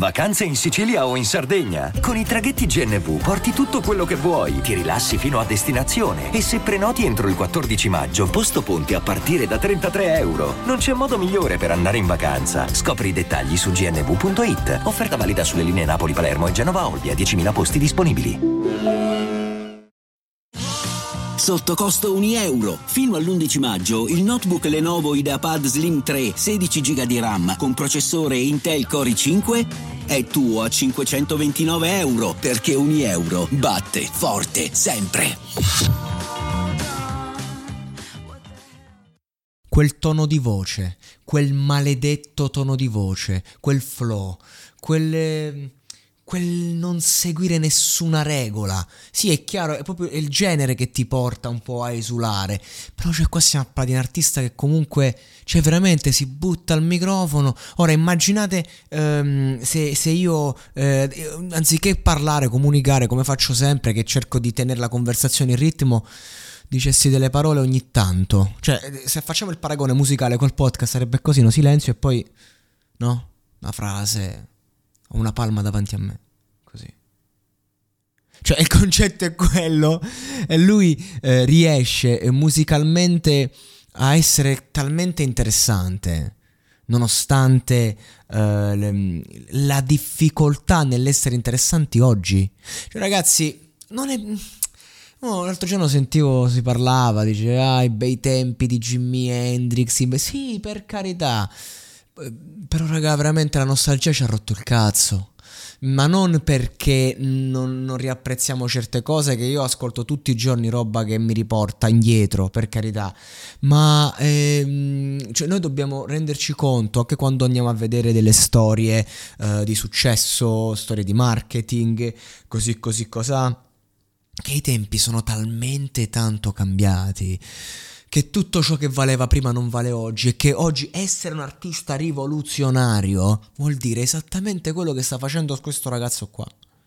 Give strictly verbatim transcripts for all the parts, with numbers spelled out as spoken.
Vacanze in Sicilia o in Sardegna? Con i traghetti G N V porti tutto quello che vuoi, ti rilassi fino a destinazione e se prenoti entro il quattordici maggio, posto ponti a partire da trentatré euro. Non c'è modo migliore per andare in vacanza. Scopri i dettagli su g n v punto i t. Offerta valida sulle linee Napoli-Palermo e Genova-Olbia, diecimila posti disponibili. Sotto costo un euro. Fino all'undici maggio il notebook Lenovo IdeaPad Slim tre sedici giga di RAM con processore Intel Core i cinque è tuo a cinquecentoventinove euro, perché un euro batte forte sempre. Quel tono di voce, quel maledetto tono di voce, quel flow, quel... quel non seguire nessuna regola. Sì, è chiaro, è proprio il genere che ti porta un po' a esulare, però cioè qua stiamo a parlare di un artista che comunque cioè veramente si butta al microfono. Ora immaginate ehm, se, se io eh, anziché parlare, comunicare come faccio sempre, che cerco di tenere la conversazione in ritmo, dicessi delle parole ogni tanto. Cioè se facciamo il paragone musicale col podcast sarebbe così, no? Silenzio e poi no? Una frase, una palma davanti a me, così. Cioè il concetto è quello, e lui eh, riesce eh, musicalmente a essere talmente interessante, nonostante eh, le, la difficoltà nell'essere interessanti oggi. Cioè ragazzi, non è... Oh, l'altro giorno sentivo, si parlava, dice, ah, i bei tempi di Jimi Hendrix, i be-". Sì, per carità. Però raga, veramente la nostalgia ci ha rotto il cazzo. Ma non perché non, non riapprezziamo certe cose, che io ascolto tutti i giorni roba che mi riporta indietro, per carità. Ma ehm, cioè noi dobbiamo renderci conto, anche quando andiamo a vedere delle storie eh, di successo, storie di marketing, così così cos'ha, che i tempi sono talmente tanto cambiati che tutto ciò che valeva prima non vale oggi, e che oggi essere un artista rivoluzionario vuol dire esattamente quello che sta facendo questo ragazzo qua.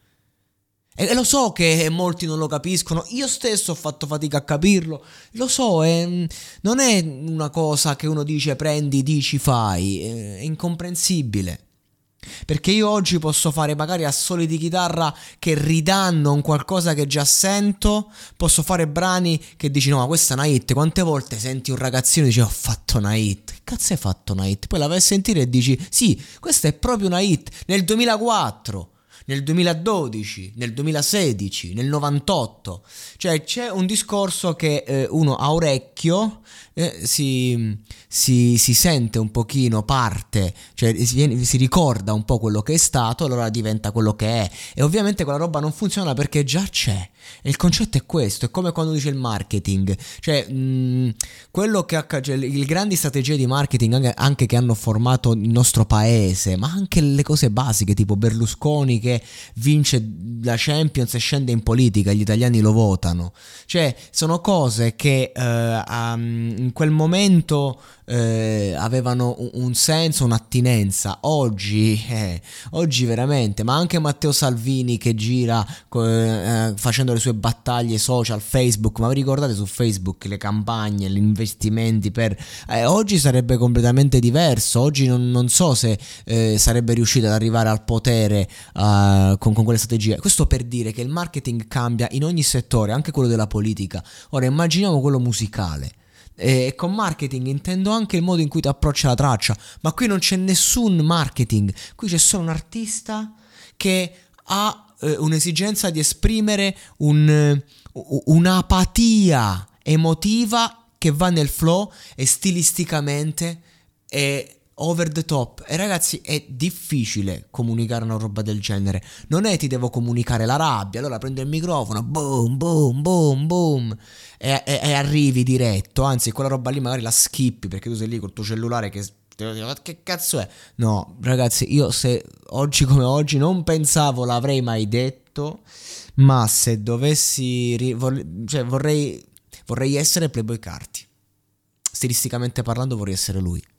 E lo so che molti non lo capiscono, io stesso ho fatto fatica a capirlo, lo so, è, non è una cosa che uno dice prendi, dici, fai, è incomprensibile. Perché io oggi posso fare magari assoli di chitarra che ridanno un qualcosa che già sento, posso fare brani che dici no ma questa è una hit. Quante volte senti un ragazzino e dici ho fatto una hit, che cazzo hai fatto una hit? Poi la vai a sentire e dici sì, questa è proprio una hit, nel duemilaquattro, nel duemiladodici, nel duemilasedici, nel novantotto. Cioè c'è un discorso che eh, uno a orecchio eh, si, si, si sente un pochino parte, cioè si, viene, si ricorda un po' quello che è stato, allora diventa quello che è. E ovviamente quella roba non funziona perché già c'è. E il concetto è questo, è come quando dice il marketing, cioè mh, quello che ha, cioè, le grandi strategie di marketing anche, anche che hanno formato il nostro paese, ma anche le cose basiche tipo Berlusconi che vince la Champions e scende in politica, gli italiani lo votano, cioè sono cose che eh, um, in quel momento eh, avevano un, un senso, un'attinenza. Oggi eh, oggi veramente, ma anche Matteo Salvini che gira eh, facendo le sue battaglie social, Facebook, ma vi ricordate su Facebook le campagne, gli investimenti per eh, oggi sarebbe completamente diverso. Oggi non, non so se eh, sarebbe riuscito ad arrivare al potere uh, con, con quelle strategie. Questo per dire che il marketing cambia in ogni settore, anche quello della politica. Ora immaginiamo quello musicale. E con marketing intendo anche il modo in cui ti approccia la traccia, ma qui non c'è nessun marketing, qui c'è solo un artista che ha eh, un'esigenza di esprimere un, un'apatia emotiva che va nel flow e stilisticamente è over the top. E ragazzi, è difficile comunicare una roba del genere. Non è ti devo comunicare la rabbia, allora prendo il microfono, boom boom boom boom e, e, e arrivi diretto. Anzi, quella roba lì magari la skippi perché tu sei lì col tuo cellulare che che cazzo è? No ragazzi, io se oggi come oggi non pensavo l'avrei mai detto, ma se dovessi ri- vorrei, cioè vorrei vorrei essere Playboy Carti, stilisticamente parlando vorrei essere lui.